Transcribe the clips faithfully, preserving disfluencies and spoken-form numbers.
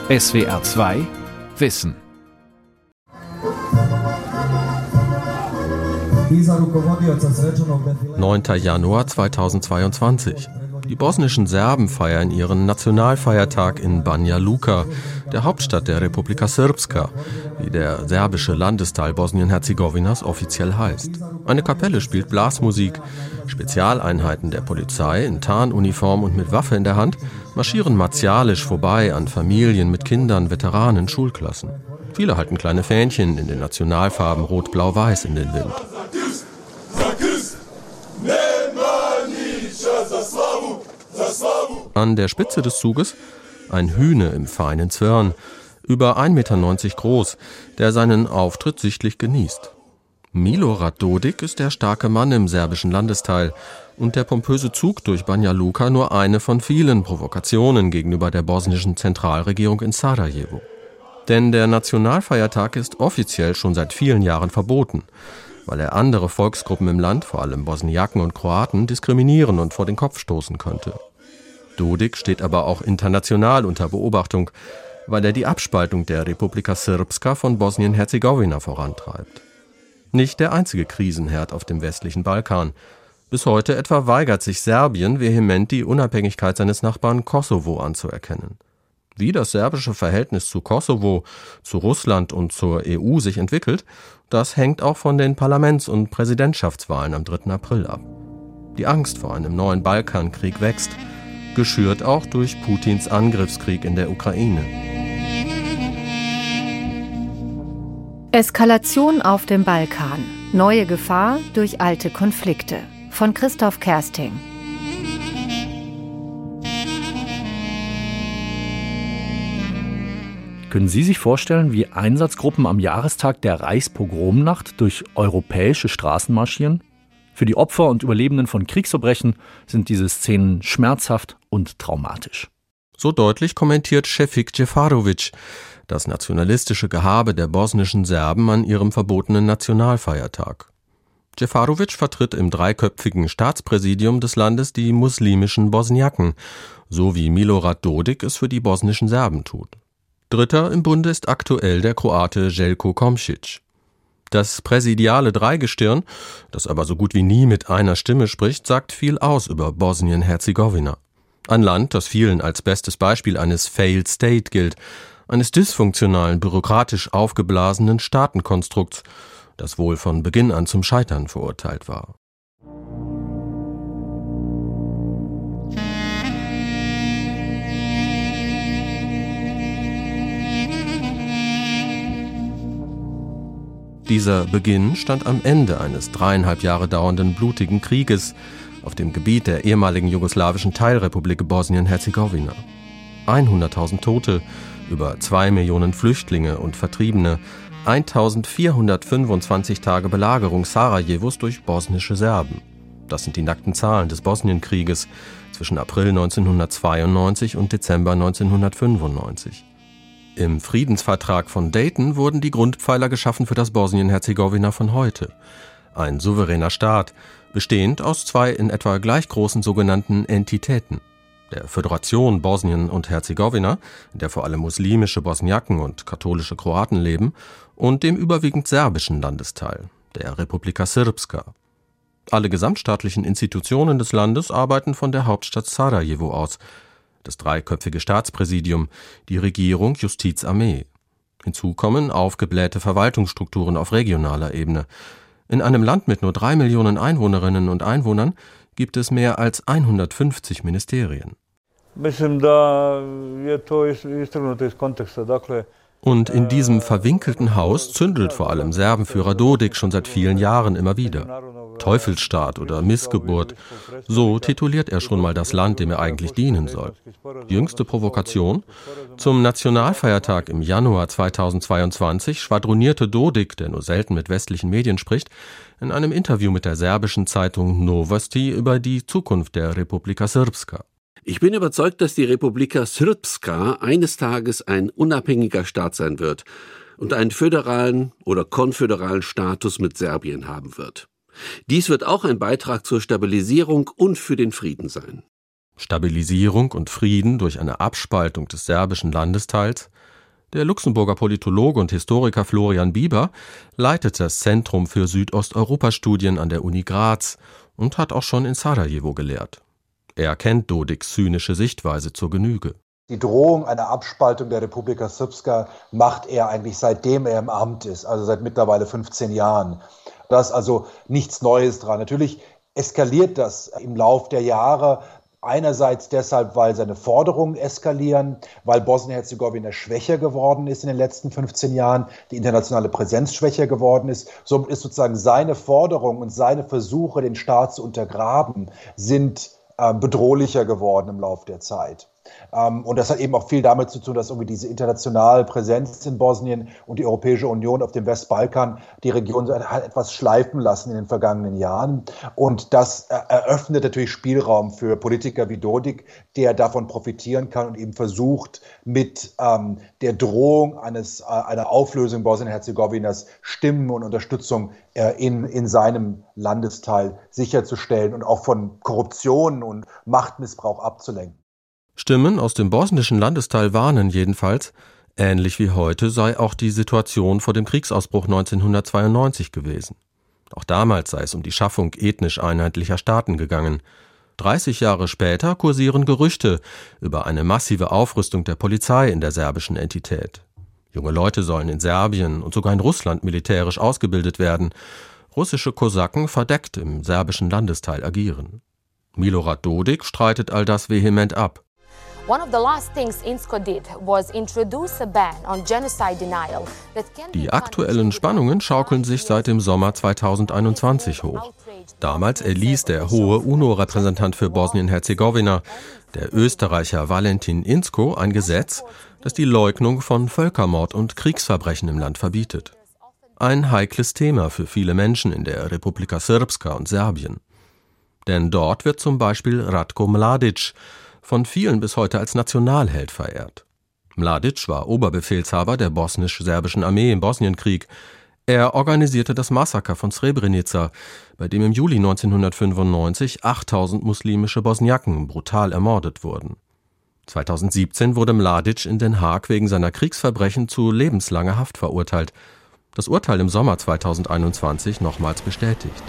S W R zwei Wissen. neunter Januar zweitausendzweiundzwanzig. Die bosnischen Serben feiern ihren Nationalfeiertag in Banja Luka, der Hauptstadt der Republika Srpska, wie der serbische Landesteil Bosnien-Herzegowinas offiziell heißt. Eine Kapelle spielt Blasmusik, Spezialeinheiten der Polizei in Tarnuniform und mit Waffe in der Hand marschieren martialisch vorbei an Familien mit Kindern, Veteranen, Schulklassen. Viele halten kleine Fähnchen in den Nationalfarben Rot, Blau, Weiß in den Wind. An der Spitze des Zuges ein Hühne im feinen Zwirn, über ein Meter neunzig groß, der seinen Auftritt sichtlich genießt. Milorad Dodik ist der starke Mann im serbischen Landesteil und der pompöse Zug durch Banja Luka nur eine von vielen Provokationen gegenüber der bosnischen Zentralregierung in Sarajevo. Denn der Nationalfeiertag ist offiziell schon seit vielen Jahren verboten, weil er andere Volksgruppen im Land, vor allem Bosniaken und Kroaten, diskriminieren und vor den Kopf stoßen könnte. Dodik steht aber auch international unter Beobachtung, weil er die Abspaltung der Republika Srpska von Bosnien-Herzegowina vorantreibt. Nicht der einzige Krisenherd auf dem westlichen Balkan. Bis heute etwa weigert sich Serbien vehement, die Unabhängigkeit seines Nachbarn Kosovo anzuerkennen. Wie das serbische Verhältnis zu Kosovo, zu Russland und zur E U sich entwickelt, das hängt auch von den Parlaments- und Präsidentschaftswahlen am dritten April ab. Die Angst vor einem neuen Balkankrieg wächst, geschürt auch durch Putins Angriffskrieg in der Ukraine. Eskalation auf dem Balkan. Neue Gefahr durch alte Konflikte. Von Christoph Kersting. Können Sie sich vorstellen, wie Einsatzgruppen am Jahrestag der Reichspogromnacht durch europäische Straßen marschieren? Für die Opfer und Überlebenden von Kriegsverbrechen sind diese Szenen schmerzhaft und traumatisch. So deutlich kommentiert Šefik Džefarović das nationalistische Gehabe der bosnischen Serben an ihrem verbotenen Nationalfeiertag. Džefarović vertritt im dreiköpfigen Staatspräsidium des Landes die muslimischen Bosniaken, so wie Milorad Dodik es für die bosnischen Serben tut. Dritter im Bunde ist aktuell der Kroate Željko Komšić. Das präsidiale Dreigestirn, das aber so gut wie nie mit einer Stimme spricht, sagt viel aus über Bosnien-Herzegowina. Ein Land, das vielen als bestes Beispiel eines Failed State gilt, eines dysfunktionalen, bürokratisch aufgeblasenen Staatenkonstrukts, das wohl von Beginn an zum Scheitern verurteilt war. Dieser Beginn stand am Ende eines dreieinhalb Jahre dauernden blutigen Krieges auf dem Gebiet der ehemaligen jugoslawischen Teilrepublik Bosnien-Herzegowina. hunderttausend Tote, über zwei Millionen Flüchtlinge und Vertriebene, eintausendvierhundertfünfundzwanzig Tage Belagerung Sarajevos durch bosnische Serben. Das sind die nackten Zahlen des Bosnienkrieges zwischen April neunzehnhundertzweiundneunzig und Dezember neunzehnhundertfünfundneunzig. Im Friedensvertrag von Dayton wurden die Grundpfeiler geschaffen für das Bosnien-Herzegowina von heute. Ein souveräner Staat, bestehend aus zwei in etwa gleich großen sogenannten Entitäten. Der Föderation Bosnien und Herzegowina, in der vor allem muslimische Bosniaken und katholische Kroaten leben, und dem überwiegend serbischen Landesteil, der Republika Srpska. Alle gesamtstaatlichen Institutionen des Landes arbeiten von der Hauptstadt Sarajevo aus. Das dreiköpfige Staatspräsidium, die Regierung, Justiz, Armee. Hinzu kommen aufgeblähte Verwaltungsstrukturen auf regionaler Ebene. In einem Land mit nur drei Millionen Einwohnerinnen und Einwohnern gibt es mehr als hundertfünfzig Ministerien. Und in diesem verwinkelten Haus zündelt vor allem Serbenführer Dodik schon seit vielen Jahren immer wieder. Teufelsstaat oder Missgeburt, so tituliert er schon mal das Land, dem er eigentlich dienen soll. Jüngste Provokation? Zum Nationalfeiertag im Januar zweitausendzweiundzwanzig schwadronierte Dodik, der nur selten mit westlichen Medien spricht, in einem Interview mit der serbischen Zeitung Novosti über die Zukunft der Republika Srpska. Ich bin überzeugt, dass die Republika Srpska eines Tages ein unabhängiger Staat sein wird und einen föderalen oder konföderalen Status mit Serbien haben wird. Dies wird auch ein Beitrag zur Stabilisierung und für den Frieden sein. Stabilisierung und Frieden durch eine Abspaltung des serbischen Landesteils? Der Luxemburger Politologe und Historiker Florian Bieber leitet das Zentrum für Südosteuropa-Studien an der Uni Graz und hat auch schon in Sarajevo gelehrt. Er kennt Dodiks zynische Sichtweise zur Genüge. Die Drohung einer Abspaltung der Republika Srpska macht er eigentlich seitdem er im Amt ist, also seit mittlerweile fünfzehn Jahren. Da ist also nichts Neues dran. Natürlich eskaliert das im Lauf der Jahre. Einerseits deshalb, weil seine Forderungen eskalieren, weil Bosnien-Herzegowina schwächer geworden ist in den letzten fünfzehn Jahren, die internationale Präsenz schwächer geworden ist. So ist sozusagen seine Forderung und seine Versuche, den Staat zu untergraben, sind äh, bedrohlicher geworden im Laufe der Zeit. Ähm, und das hat eben auch viel damit zu tun, dass irgendwie diese internationale Präsenz in Bosnien und die Europäische Union auf dem Westbalkan die Region hat etwas schleifen lassen in den vergangenen Jahren. Und das äh, eröffnet natürlich Spielraum für Politiker wie Dodik, der davon profitieren kann und eben versucht, mit ähm, der Drohung eines, äh, einer Auflösung Bosnien-Herzegowinas Stimmen und Unterstützung äh, in, in seinem Landesteil sicherzustellen und auch von Korruption und Machtmissbrauch abzulenken. Stimmen aus dem bosnischen Landesteil warnen jedenfalls, ähnlich wie heute sei auch die Situation vor dem Kriegsausbruch neunzehnhundertzweiundneunzig gewesen. Auch damals sei es um die Schaffung ethnisch einheitlicher Staaten gegangen. dreißig Jahre später kursieren Gerüchte über eine massive Aufrüstung der Polizei in der serbischen Entität. Junge Leute sollen in Serbien und sogar in Russland militärisch ausgebildet werden. Russische Kosaken verdeckt im serbischen Landesteil agieren. Milorad Dodik streitet all das vehement ab. Die aktuellen Spannungen schaukeln sich seit dem Sommer zweitausendeinundzwanzig hoch. Damals erließ der hohe UNO-Repräsentant für Bosnien-Herzegowina, der Österreicher Valentin Inzko, ein Gesetz, das die Leugnung von Völkermord und Kriegsverbrechen im Land verbietet. Ein heikles Thema für viele Menschen in der Republika Srpska und Serbien. Denn dort wird zum Beispiel Ratko Mladic von vielen bis heute als Nationalheld verehrt. Mladic war Oberbefehlshaber der bosnisch-serbischen Armee im Bosnienkrieg. Er organisierte das Massaker von Srebrenica, bei dem im Juli neunzehnhundertfünfundneunzig achttausend muslimische Bosniaken brutal ermordet wurden. zweitausendsiebzehn wurde Mladic in Den Haag wegen seiner Kriegsverbrechen zu lebenslanger Haft verurteilt. Das Urteil im Sommer zweitausendeinundzwanzig nochmals bestätigt.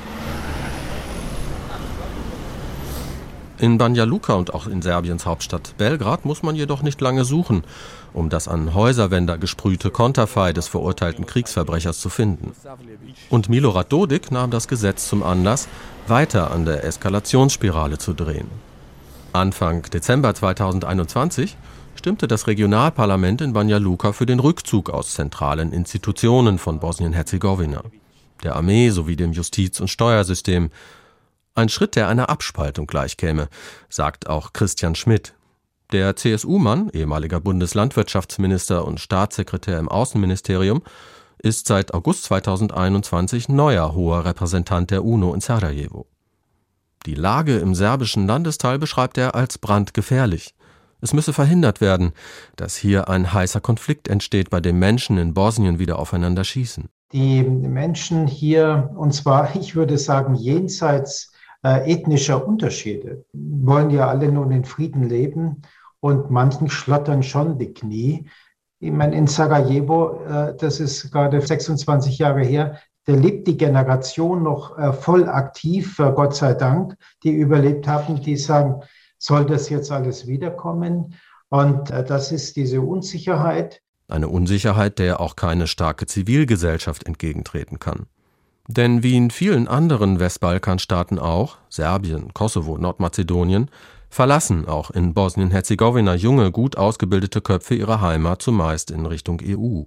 In Banja Luka und auch in Serbiens Hauptstadt Belgrad muss man jedoch nicht lange suchen, um das an Häuserwände gesprühte Konterfei des verurteilten Kriegsverbrechers zu finden. Und Milorad Dodik nahm das Gesetz zum Anlass, weiter an der Eskalationsspirale zu drehen. Anfang Dezember zweitausendeinundzwanzig stimmte das Regionalparlament in Banja Luka für den Rückzug aus zentralen Institutionen von Bosnien-Herzegowina, der Armee sowie dem Justiz- und Steuersystem. Ein Schritt, der einer Abspaltung gleichkäme, sagt auch Christian Schmidt. Der C S U-Mann, ehemaliger Bundeslandwirtschaftsminister und Staatssekretär im Außenministerium, ist seit August zweitausendeinundzwanzig neuer hoher Repräsentant der UNO in Sarajevo. Die Lage im serbischen Landesteil beschreibt er als brandgefährlich. Es müsse verhindert werden, dass hier ein heißer Konflikt entsteht, bei dem Menschen in Bosnien wieder aufeinander schießen. Die Menschen hier, und zwar, ich würde sagen, jenseits äh, ethnischer Unterschiede, wollen ja alle nun in Frieden leben und manchen schlottern schon die Knie. Ich meine, in Sarajevo, äh, das ist gerade sechsundzwanzig Jahre her, da lebt die Generation noch äh, voll aktiv, äh, Gott sei Dank, die überlebt haben, die sagen, soll das jetzt alles wiederkommen? Und äh, das ist diese Unsicherheit. Eine Unsicherheit, der auch keine starke Zivilgesellschaft entgegentreten kann. Denn wie in vielen anderen Westbalkanstaaten auch, Serbien, Kosovo, Nordmazedonien, verlassen auch in Bosnien-Herzegowina junge, gut ausgebildete Köpfe ihre Heimat zumeist in Richtung E U.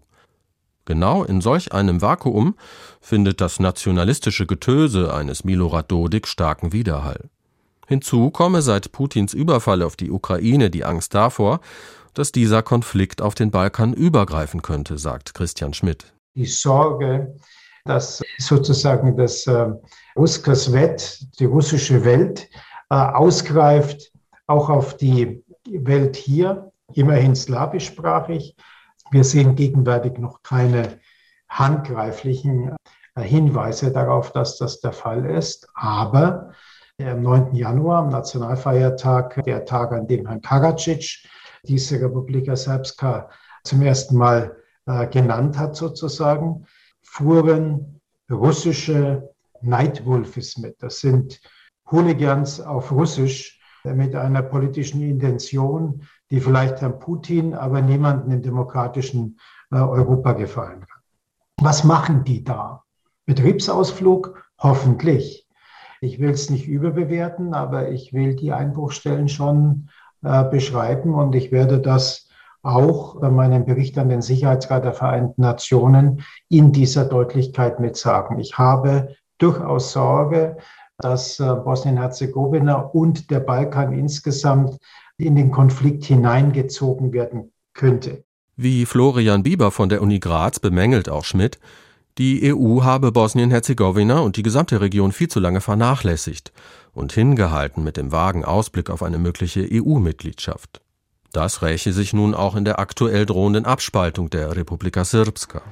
Genau in solch einem Vakuum findet das nationalistische Getöse eines Milorad Dodik starken Widerhall. Hinzu komme seit Putins Überfall auf die Ukraine die Angst davor, dass dieser Konflikt auf den Balkan übergreifen könnte, sagt Christian Schmidt. Die Sorge, dass sozusagen das äh, Russkas-Wett, die russische Welt, äh, ausgreift, auch auf die Welt hier, immerhin slawischsprachig. Wir sehen gegenwärtig noch keine handgreiflichen äh, Hinweise darauf, dass das der Fall ist. Aber am neunten Januar, am Nationalfeiertag, der Tag, an dem Herr Karadzic diese Republika Srpska zum ersten Mal äh, genannt hat sozusagen, fuhren russische Nightwolves mit. Das sind Hooligans auf Russisch mit einer politischen Intention, die vielleicht Herrn Putin, aber niemanden im demokratischen äh, Europa gefallen kann. Was machen die da? Betriebsausflug? Hoffentlich. Ich will es nicht überbewerten, aber ich will die Einbruchstellen schon äh, beschreiben und ich werde das auch bei meinem Bericht an den Sicherheitsrat der Vereinten Nationen in dieser Deutlichkeit mitsagen. Ich habe durchaus Sorge, dass äh, Bosnien-Herzegowina und der Balkan insgesamt in den Konflikt hineingezogen werden könnte. Wie Florian Bieber von der Uni Graz bemängelt auch Schmidt, die E U habe Bosnien-Herzegowina und die gesamte Region viel zu lange vernachlässigt und hingehalten mit dem vagen Ausblick auf eine mögliche E U-Mitgliedschaft. Das räche sich nun auch in der aktuell drohenden Abspaltung der Republika Srpska.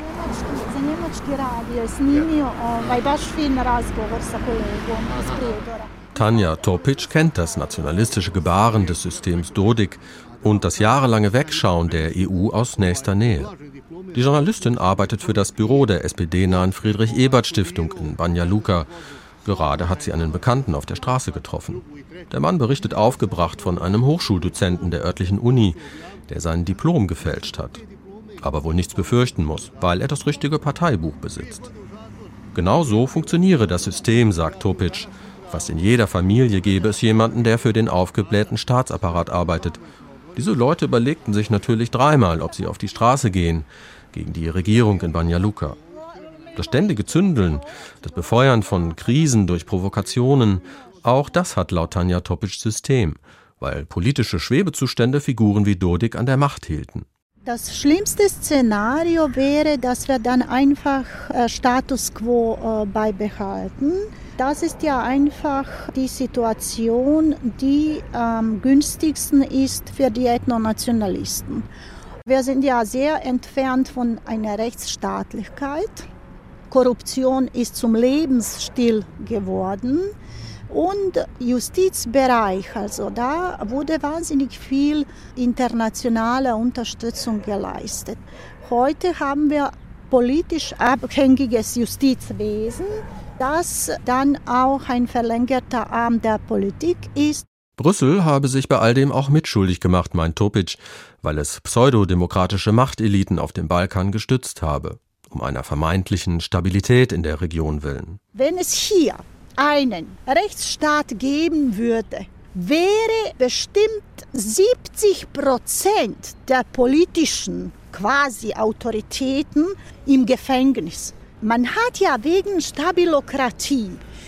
Tanja Topic kennt das nationalistische Gebaren des Systems Dodik und das jahrelange Wegschauen der E U aus nächster Nähe. Die Journalistin arbeitet für das Büro der S P D-nahen Friedrich-Ebert-Stiftung in Banja Luka. Gerade hat sie einen Bekannten auf der Straße getroffen. Der Mann berichtet aufgebracht von einem Hochschuldozenten der örtlichen Uni, der sein Diplom gefälscht hat. Aber wohl nichts befürchten muss, weil er das richtige Parteibuch besitzt. Genau so funktioniere das System, sagt Topic. Fast in jeder Familie gäbe es jemanden, der für den aufgeblähten Staatsapparat arbeitet. Diese Leute überlegten sich natürlich dreimal, ob sie auf die Straße gehen, gegen die Regierung in Banja Luka. Das ständige Zündeln, das Befeuern von Krisen durch Provokationen, auch das hat laut Tanja Topic System, weil politische Schwebezustände Figuren wie Dodik an der Macht hielten. Das schlimmste Szenario wäre, dass wir dann einfach äh, Status quo äh, beibehalten. Das ist ja einfach die Situation, die am günstigsten ist für die Ethnonationalisten. Wir sind ja sehr entfernt von einer Rechtsstaatlichkeit. Korruption ist zum Lebensstil geworden. Und Justizbereich, also da wurde wahnsinnig viel internationale Unterstützung geleistet. Heute haben wir politisch abhängiges Justizwesen, das dann auch ein verlängerter Arm der Politik ist. Brüssel habe sich bei all dem auch mitschuldig gemacht, meint Topic, weil es pseudodemokratische Machteliten auf dem Balkan gestützt habe, um einer vermeintlichen Stabilität in der Region willen. Wenn es hier einen Rechtsstaat geben würde, wäre bestimmt siebzig Prozent der politischen quasi Autoritäten im Gefängnis. Man hat ja wegen Stabilokratie,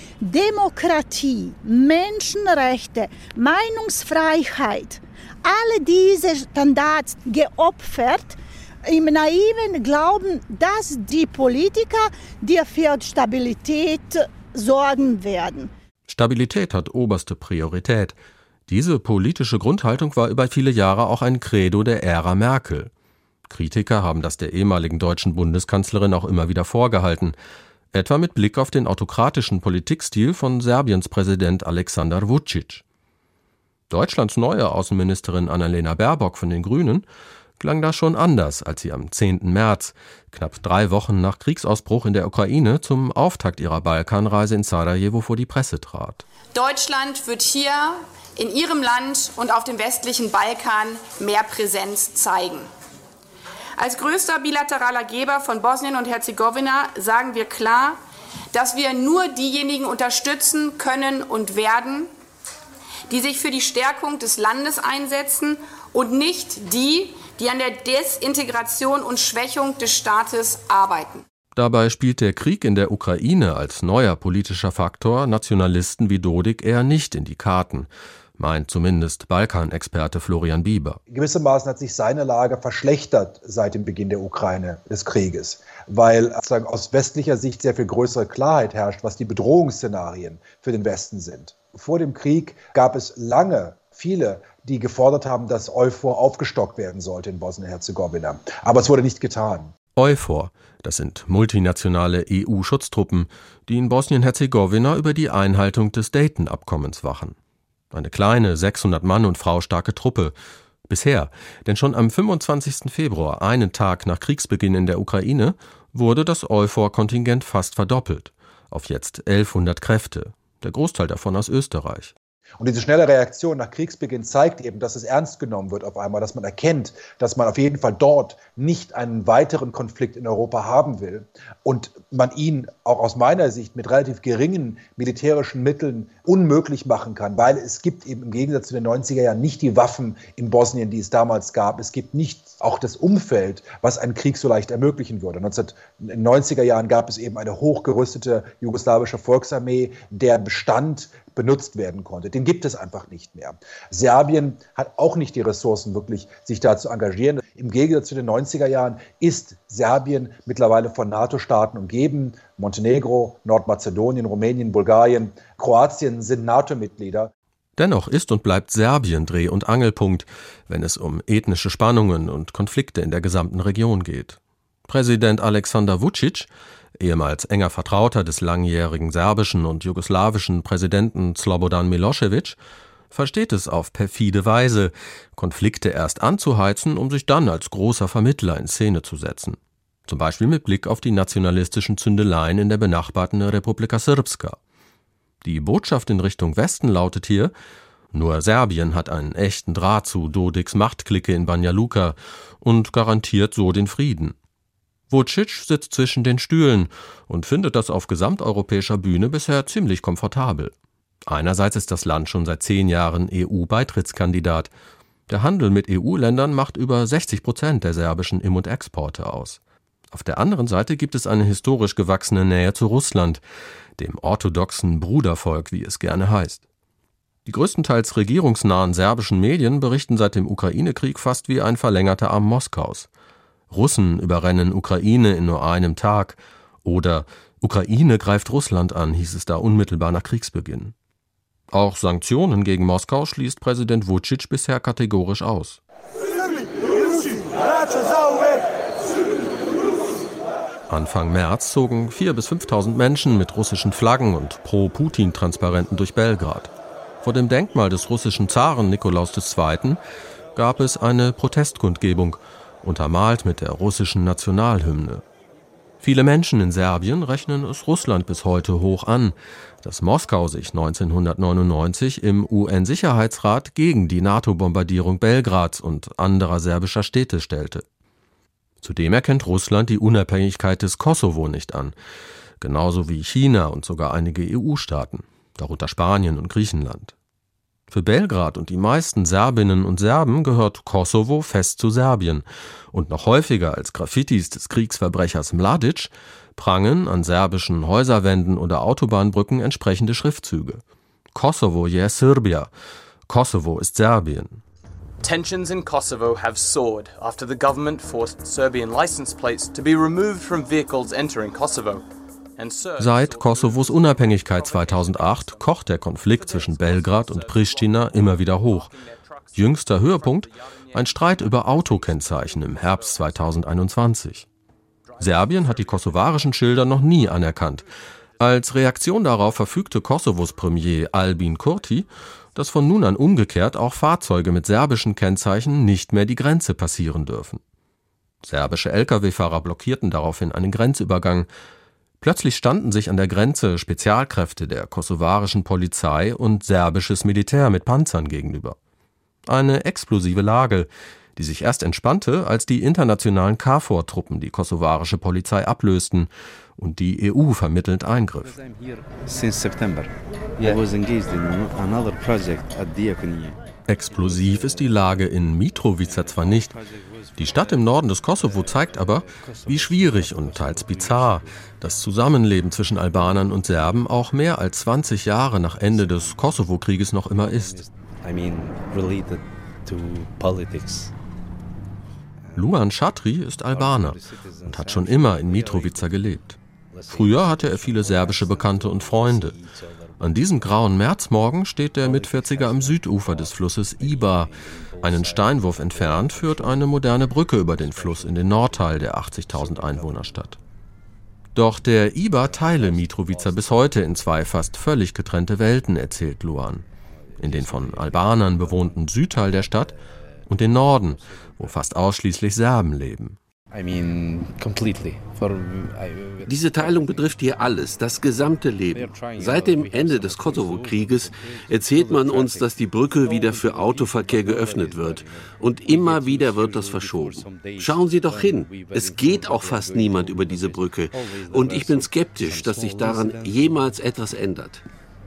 Demokratie, Menschenrechte, Meinungsfreiheit, alle diese Standards geopfert, im naiven Glauben, dass die Politiker, die für Stabilität sorgen werden. Stabilität hat oberste Priorität. Diese politische Grundhaltung war über viele Jahre auch ein Credo der Ära Merkel. Kritiker haben das der ehemaligen deutschen Bundeskanzlerin auch immer wieder vorgehalten, etwa mit Blick auf den autokratischen Politikstil von Serbiens Präsident Aleksandar Vučić. Deutschlands neue Außenministerin Annalena Baerbock von den Grünen klang das schon anders, als sie am zehnten März, knapp drei Wochen nach Kriegsausbruch in der Ukraine, zum Auftakt ihrer Balkanreise in Sarajevo vor die Presse trat. Deutschland wird hier in ihrem Land und auf dem westlichen Balkan mehr Präsenz zeigen. Als größter bilateraler Geber von Bosnien und Herzegowina sagen wir klar, dass wir nur diejenigen unterstützen können und werden, die sich für die Stärkung des Landes einsetzen und nicht die, die an der Desintegration und Schwächung des Staates arbeiten. Dabei spielt der Krieg in der Ukraine als neuer politischer Faktor Nationalisten wie Dodik eher nicht in die Karten, meint zumindest Balkanexperte Florian Bieber. Gewissermaßen hat sich seine Lage verschlechtert seit dem Beginn der Ukraine des Krieges, weil sozusagen aus westlicher Sicht sehr viel größere Klarheit herrscht, was die Bedrohungsszenarien für den Westen sind. Vor dem Krieg gab es lange viele, die gefordert haben, dass EUFOR aufgestockt werden sollte in Bosnien-Herzegowina. Aber es wurde nicht getan. EUFOR, das sind multinationale E U-Schutztruppen, die in Bosnien-Herzegowina über die Einhaltung des Dayton-Abkommens wachen. Eine kleine, sechshundert Mann und Frau starke Truppe, Bisher, denn schon am fünfundzwanzigsten Februar, einen Tag nach Kriegsbeginn in der Ukraine, wurde das EUFOR-Kontingent fast verdoppelt, auf jetzt elfhundert Kräfte, der Großteil davon aus Österreich. Und diese schnelle Reaktion nach Kriegsbeginn zeigt eben, dass es ernst genommen wird auf einmal, dass man erkennt, dass man auf jeden Fall dort nicht einen weiteren Konflikt in Europa haben will und man ihn auch aus meiner Sicht mit relativ geringen militärischen Mitteln unmöglich machen kann, weil es gibt eben im Gegensatz zu den neunziger Jahren nicht die Waffen in Bosnien, die es damals gab. Es gibt nicht auch das Umfeld, was einen Krieg so leicht ermöglichen würde. In den neunziger Jahren gab es eben eine hochgerüstete jugoslawische Volksarmee, der Bestand benutzt werden konnte. Den gibt es einfach nicht mehr. Serbien hat auch nicht die Ressourcen, wirklich sich da zu engagieren. Im Gegensatz zu den neunziger Jahren ist Serbien mittlerweile von NATO-Staaten umgeben. Montenegro, Nordmazedonien, Rumänien, Bulgarien, Kroatien sind NATO-Mitglieder. Dennoch ist und bleibt Serbien Dreh- und Angelpunkt, wenn es um ethnische Spannungen und Konflikte in der gesamten Region geht. Präsident Aleksandar Vučić, ehemals enger Vertrauter des langjährigen serbischen und jugoslawischen Präsidenten Slobodan Milošević, versteht es auf perfide Weise, Konflikte erst anzuheizen, um sich dann als großer Vermittler in Szene zu setzen. Zum Beispiel mit Blick auf die nationalistischen Zündeleien in der benachbarten Republika Srpska. Die Botschaft in Richtung Westen lautet hier: Nur Serbien hat einen echten Draht zu Dodiks Machtklicke in Banja Luka und garantiert so den Frieden. Vučić sitzt zwischen den Stühlen und findet das auf gesamteuropäischer Bühne bisher ziemlich komfortabel. Einerseits ist das Land schon seit zehn Jahren E U-Beitrittskandidat. Der Handel mit E U-Ländern macht über sechzig Prozent der serbischen Im- und Exporte aus. Auf der anderen Seite gibt es eine historisch gewachsene Nähe zu Russland, dem orthodoxen Brudervolk, wie es gerne heißt. Die größtenteils regierungsnahen serbischen Medien berichten seit dem Ukraine-Krieg fast wie ein verlängerter Arm Moskaus. Russen überrennen Ukraine in nur einem Tag oder Ukraine greift Russland an, hieß es da unmittelbar nach Kriegsbeginn. Auch Sanktionen gegen Moskau schließt Präsident Vučić bisher kategorisch aus. Anfang März zogen viertausend bis fünftausend Menschen mit russischen Flaggen und Pro-Putin-Transparenten durch Belgrad. Vor dem Denkmal des russischen Zaren Nikolaus der Zweite. gab es eine Protestkundgebung, untermalt mit der russischen Nationalhymne. Viele Menschen in Serbien rechnen es Russland bis heute hoch an, dass Moskau sich neunzehnhundertneunundneunzig im U N-Sicherheitsrat gegen die NATO-Bombardierung Belgrads und anderer serbischer Städte stellte. Zudem erkennt Russland die Unabhängigkeit des Kosovo nicht an, genauso wie China und sogar einige E U-Staaten, darunter Spanien und Griechenland. Für Belgrad und die meisten Serbinnen und Serben gehört Kosovo fest zu Serbien und noch häufiger als Graffitis des Kriegsverbrechers Mladic prangen an serbischen Häuserwänden oder Autobahnbrücken entsprechende Schriftzüge. Kosovo je Srbija, Kosovo ist Serbien. Tensions in Kosovo have soared after the government forced Serbian license plates to be removed from vehicles entering Kosovo. Seit Kosovos Unabhängigkeit zweitausendacht kocht der Konflikt zwischen Belgrad und Pristina immer wieder hoch. Jüngster Höhepunkt: ein Streit über Autokennzeichen im Herbst zweitausendeinundzwanzig. Serbien hat die kosovarischen Schilder noch nie anerkannt. Als Reaktion darauf verfügte Kosovos Premier Albin Kurti, dass von nun an umgekehrt auch Fahrzeuge mit serbischen Kennzeichen nicht mehr die Grenze passieren dürfen. Serbische L K W-Fahrer blockierten daraufhin einen Grenzübergang. Plötzlich standen sich an der Grenze Spezialkräfte der kosovarischen Polizei und serbisches Militär mit Panzern gegenüber. Eine explosive Lage, die sich erst entspannte, als die internationalen K F O R-Truppen die kosovarische Polizei ablösten und die E U vermittelnd eingriff. Explosiv ist die Lage in Mitrovica zwar nicht, die Stadt im Norden des Kosovo zeigt aber, wie schwierig und teils bizarr das Zusammenleben zwischen Albanern und Serben auch mehr als zwanzig Jahre nach Ende des Kosovo-Krieges noch immer ist. Luan Chatri ist Albaner und hat schon immer in Mitrovica gelebt. Früher hatte er viele serbische Bekannte und Freunde. An diesem grauen Märzmorgen steht der Mitvierziger am Südufer des Flusses Ibar. Einen Steinwurf entfernt führt eine moderne Brücke über den Fluss in den Nordteil der achtzigtausend Einwohnerstadt. Doch der Ibar teile Mitrovica bis heute in zwei fast völlig getrennte Welten, erzählt Luan. In den von Albanern bewohnten Südteil der Stadt und den Norden, wo fast ausschließlich Serben leben. Diese Teilung betrifft hier alles, das gesamte Leben. Seit dem Ende des Kosovo-Krieges erzählt man uns, dass die Brücke wieder für Autoverkehr geöffnet wird. Und immer wieder wird das verschoben. Schauen Sie doch hin, es geht auch fast niemand über diese Brücke. Und ich bin skeptisch, dass sich daran jemals etwas ändert.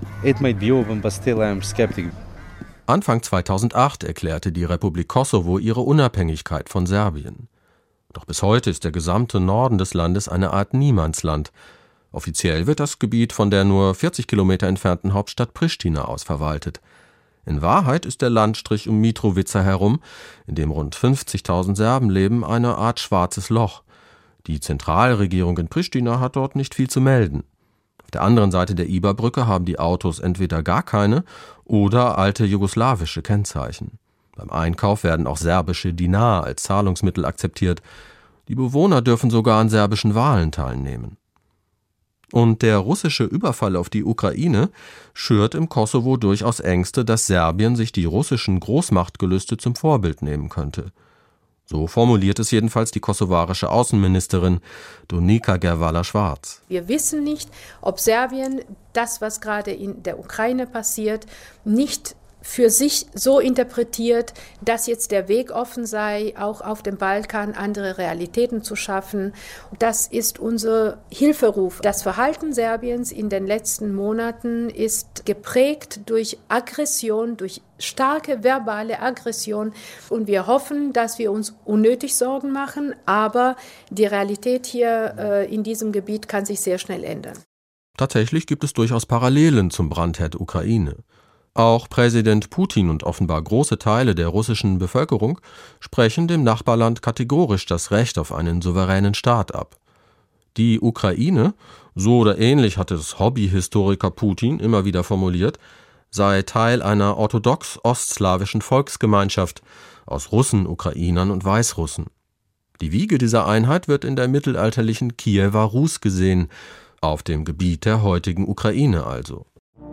Anfang zweitausendacht erklärte die Republik Kosovo ihre Unabhängigkeit von Serbien. Doch bis heute ist der gesamte Norden des Landes eine Art Niemandsland. Offiziell wird das Gebiet von der nur vierzig Kilometer entfernten Hauptstadt Pristina aus verwaltet. In Wahrheit ist der Landstrich um Mitrovica herum, in dem rund fünfzigtausend Serben leben, eine Art schwarzes Loch. Die Zentralregierung in Pristina hat dort nicht viel zu melden. Auf der anderen Seite der Iberbrücke haben die Autos entweder gar keine oder alte jugoslawische Kennzeichen. Beim Einkauf werden auch serbische Dinar als Zahlungsmittel akzeptiert. Die Bewohner dürfen sogar an serbischen Wahlen teilnehmen. Und der russische Überfall auf die Ukraine schürt im Kosovo durchaus Ängste, dass Serbien sich die russischen Großmachtgelüste zum Vorbild nehmen könnte. So formuliert es jedenfalls die kosovarische Außenministerin Donika Gervala-Schwarz. Wir wissen nicht, ob Serbien das, was gerade in der Ukraine passiert, nicht für sich so interpretiert, dass jetzt der Weg offen sei, auch auf dem Balkan andere Realitäten zu schaffen. Das ist unser Hilferuf. Das Verhalten Serbiens in den letzten Monaten ist geprägt durch Aggression, durch starke verbale Aggression. Und wir hoffen, dass wir uns unnötig Sorgen machen, aber die Realität hier äh, in diesem Gebiet kann sich sehr schnell ändern. Tatsächlich gibt es durchaus Parallelen zum Brandherd Ukraine. Auch Präsident Putin und offenbar große Teile der russischen Bevölkerung sprechen dem Nachbarland kategorisch das Recht auf einen souveränen Staat ab. Die Ukraine, so oder ähnlich hat es Hobbyhistoriker Putin immer wieder formuliert, sei Teil einer orthodox-ostslawischen Volksgemeinschaft aus Russen, Ukrainern und Weißrussen. Die Wiege dieser Einheit wird in der mittelalterlichen Kiewer Rus gesehen, auf dem Gebiet der heutigen Ukraine also.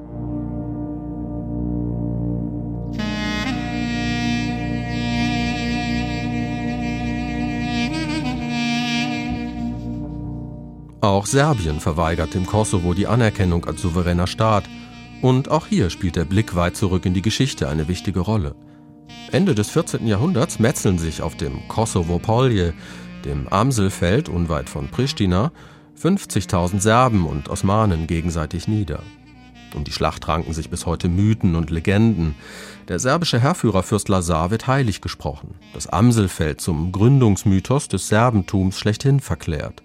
Auch Serbien verweigert dem Kosovo die Anerkennung als souveräner Staat. Und auch hier spielt der Blick weit zurück in die Geschichte eine wichtige Rolle. Ende des vierzehnten Jahrhunderts metzeln sich auf dem Kosovo Polje, dem Amselfeld unweit von Pristina, fünfzigtausend Serben und Osmanen gegenseitig nieder. Um die Schlacht ranken sich bis heute Mythen und Legenden. Der serbische Heerführer Fürst Lazar wird heilig gesprochen, das Amselfeld zum Gründungsmythos des Serbentums schlechthin verklärt.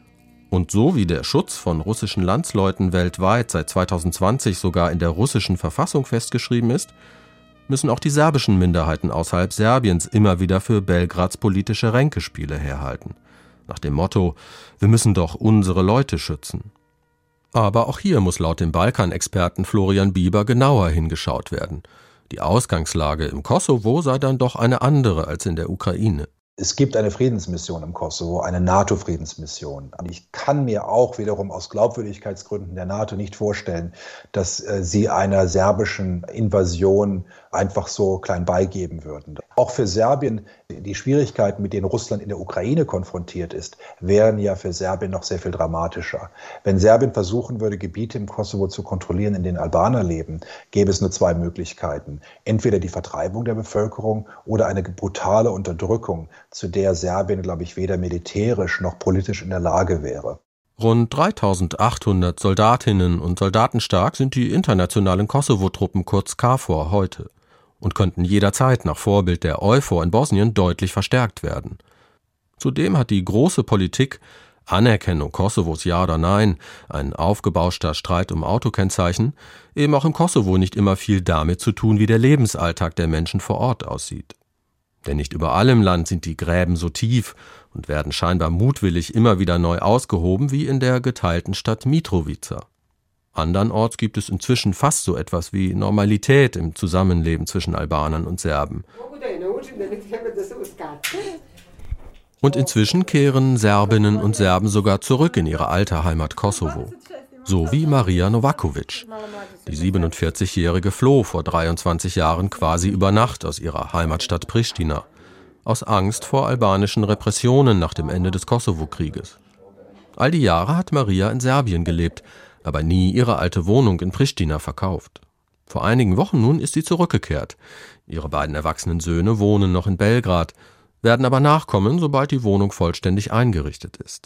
Und so wie der Schutz von russischen Landsleuten weltweit seit zweitausendzwanzig sogar in der russischen Verfassung festgeschrieben ist, müssen auch die serbischen Minderheiten außerhalb Serbiens immer wieder für Belgrads politische Ränkespiele herhalten. Nach dem Motto, wir müssen doch unsere Leute schützen. Aber auch hier muss laut dem Balkanexperten Florian Bieber genauer hingeschaut werden. Die Ausgangslage im Kosovo sei dann doch eine andere als in der Ukraine. Es gibt eine Friedensmission im Kosovo, eine NATO-Friedensmission. Ich kann mir auch wiederum aus Glaubwürdigkeitsgründen der NATO nicht vorstellen, dass äh, sie einer serbischen Invasion einfach so klein beigeben würden. Auch für Serbien, die Schwierigkeiten, mit denen Russland in der Ukraine konfrontiert ist, wären ja für Serbien noch sehr viel dramatischer. Wenn Serbien versuchen würde, Gebiete im Kosovo zu kontrollieren, in denen Albaner leben, gäbe es nur zwei Möglichkeiten. Entweder die Vertreibung der Bevölkerung oder eine brutale Unterdrückung, zu der Serbien, glaube ich, weder militärisch noch politisch in der Lage wäre. Rund dreitausendachthundert Soldatinnen und Soldaten stark sind die internationalen Kosovo-Truppen kurz KFOR heute und könnten jederzeit nach Vorbild der EUFOR in Bosnien deutlich verstärkt werden. Zudem hat die große Politik Anerkennung Kosovos ja oder nein, ein aufgebauschter Streit um Autokennzeichen, eben auch im Kosovo nicht immer viel damit zu tun, wie der Lebensalltag der Menschen vor Ort aussieht. Denn nicht überall im Land sind die Gräben so tief und werden scheinbar mutwillig immer wieder neu ausgehoben wie in der geteilten Stadt Mitrovica. Andernorts gibt es inzwischen fast so etwas wie Normalität im Zusammenleben zwischen Albanern und Serben. Und inzwischen kehren Serbinnen und Serben sogar zurück in ihre alte Heimat Kosovo. So wie Maria Novakovic. Die siebenundvierzigjährige floh vor dreiundzwanzig Jahren quasi über Nacht aus ihrer Heimatstadt Pristina. Aus Angst vor albanischen Repressionen nach dem Ende des Kosovo-Krieges. All die Jahre hat Maria in Serbien gelebt, aber nie ihre alte Wohnung in Pristina verkauft. Vor einigen Wochen nun ist sie zurückgekehrt. Ihre beiden erwachsenen Söhne wohnen noch in Belgrad, werden aber nachkommen, sobald die Wohnung vollständig eingerichtet ist.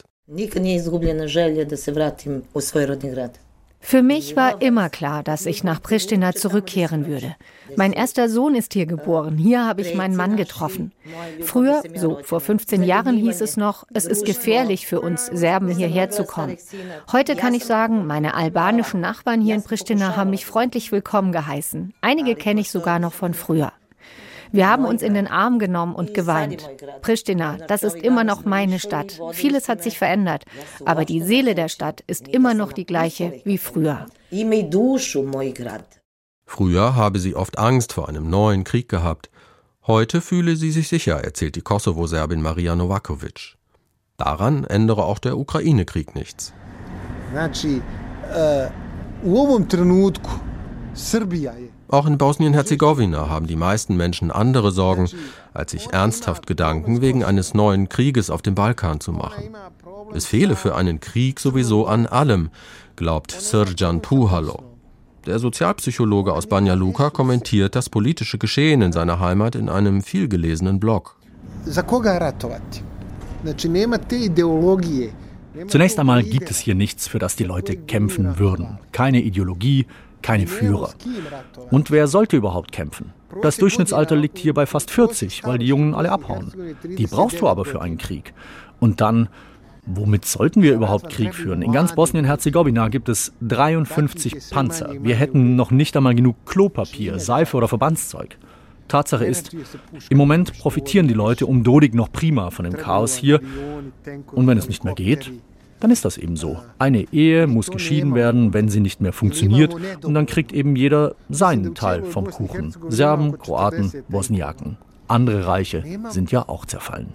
Für mich war immer klar, dass ich nach Pristina zurückkehren würde. Mein erster Sohn ist hier geboren, hier habe ich meinen Mann getroffen. Früher, so vor fünfzehn Jahren, hieß es noch, es ist gefährlich für uns Serben hierher zu kommen. Heute kann ich sagen, meine albanischen Nachbarn hier in Pristina haben mich freundlich willkommen geheißen. Einige kenne ich sogar noch von früher. Wir haben uns in den Arm genommen und geweint. Pristina, das ist immer noch meine Stadt. Vieles hat sich verändert, aber die Seele der Stadt ist immer noch die gleiche wie früher. Früher habe sie oft Angst vor einem neuen Krieg gehabt. Heute fühle sie sich sicher, erzählt die Kosovo-Serbin Maria Novakovic. Daran ändere auch der Ukraine-Krieg nichts. Auch in Bosnien-Herzegowina haben die meisten Menschen andere Sorgen, als sich ernsthaft Gedanken wegen eines neuen Krieges auf dem Balkan zu machen. Es fehle für einen Krieg sowieso an allem, glaubt Srđan Puhalo. Der Sozialpsychologe aus Banja Luka kommentiert das politische Geschehen in seiner Heimat in einem vielgelesenen Blog. Zunächst einmal gibt es hier nichts, für das die Leute kämpfen würden. Keine Ideologie, keine Führer. Und wer sollte überhaupt kämpfen? Das Durchschnittsalter liegt hier bei fast vierzig, weil die Jungen alle abhauen. Die brauchst du aber für einen Krieg. Und dann, womit sollten wir überhaupt Krieg führen? In ganz Bosnien-Herzegowina gibt es dreiundfünfzig Panzer. Wir hätten noch nicht einmal genug Klopapier, Seife oder Verbandszeug. Tatsache ist, im Moment profitieren die Leute um Dodik noch prima von dem Chaos hier. Und wenn es nicht mehr geht, dann ist das eben so. Eine Ehe muss geschieden werden, wenn sie nicht mehr funktioniert. Und dann kriegt eben jeder seinen Teil vom Kuchen. Serben, Kroaten, Bosniaken. Andere Reiche sind ja auch zerfallen.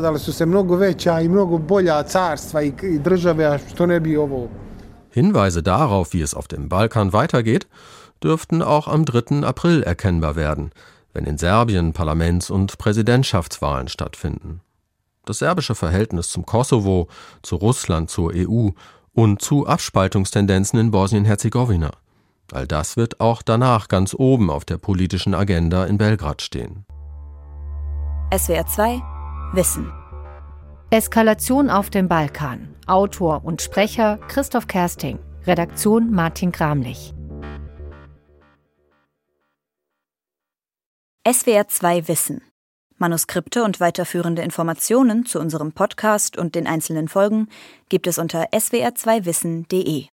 Hinweise darauf, wie es auf dem Balkan weitergeht, dürften auch am dritten April erkennbar werden, wenn in Serbien Parlaments- und Präsidentschaftswahlen stattfinden. Das serbische Verhältnis zum Kosovo, zu Russland, zur E U und zu Abspaltungstendenzen in Bosnien-Herzegowina. All das wird auch danach ganz oben auf der politischen Agenda in Belgrad stehen. S W R zwei Wissen. Eskalation auf dem Balkan. Autor und Sprecher Christoph Kersting. Redaktion Martin Gramlich. S W R zwei Wissen. Manuskripte und weiterführende Informationen zu unserem Podcast und den einzelnen Folgen gibt es unter s w r zwei wissen punkt de.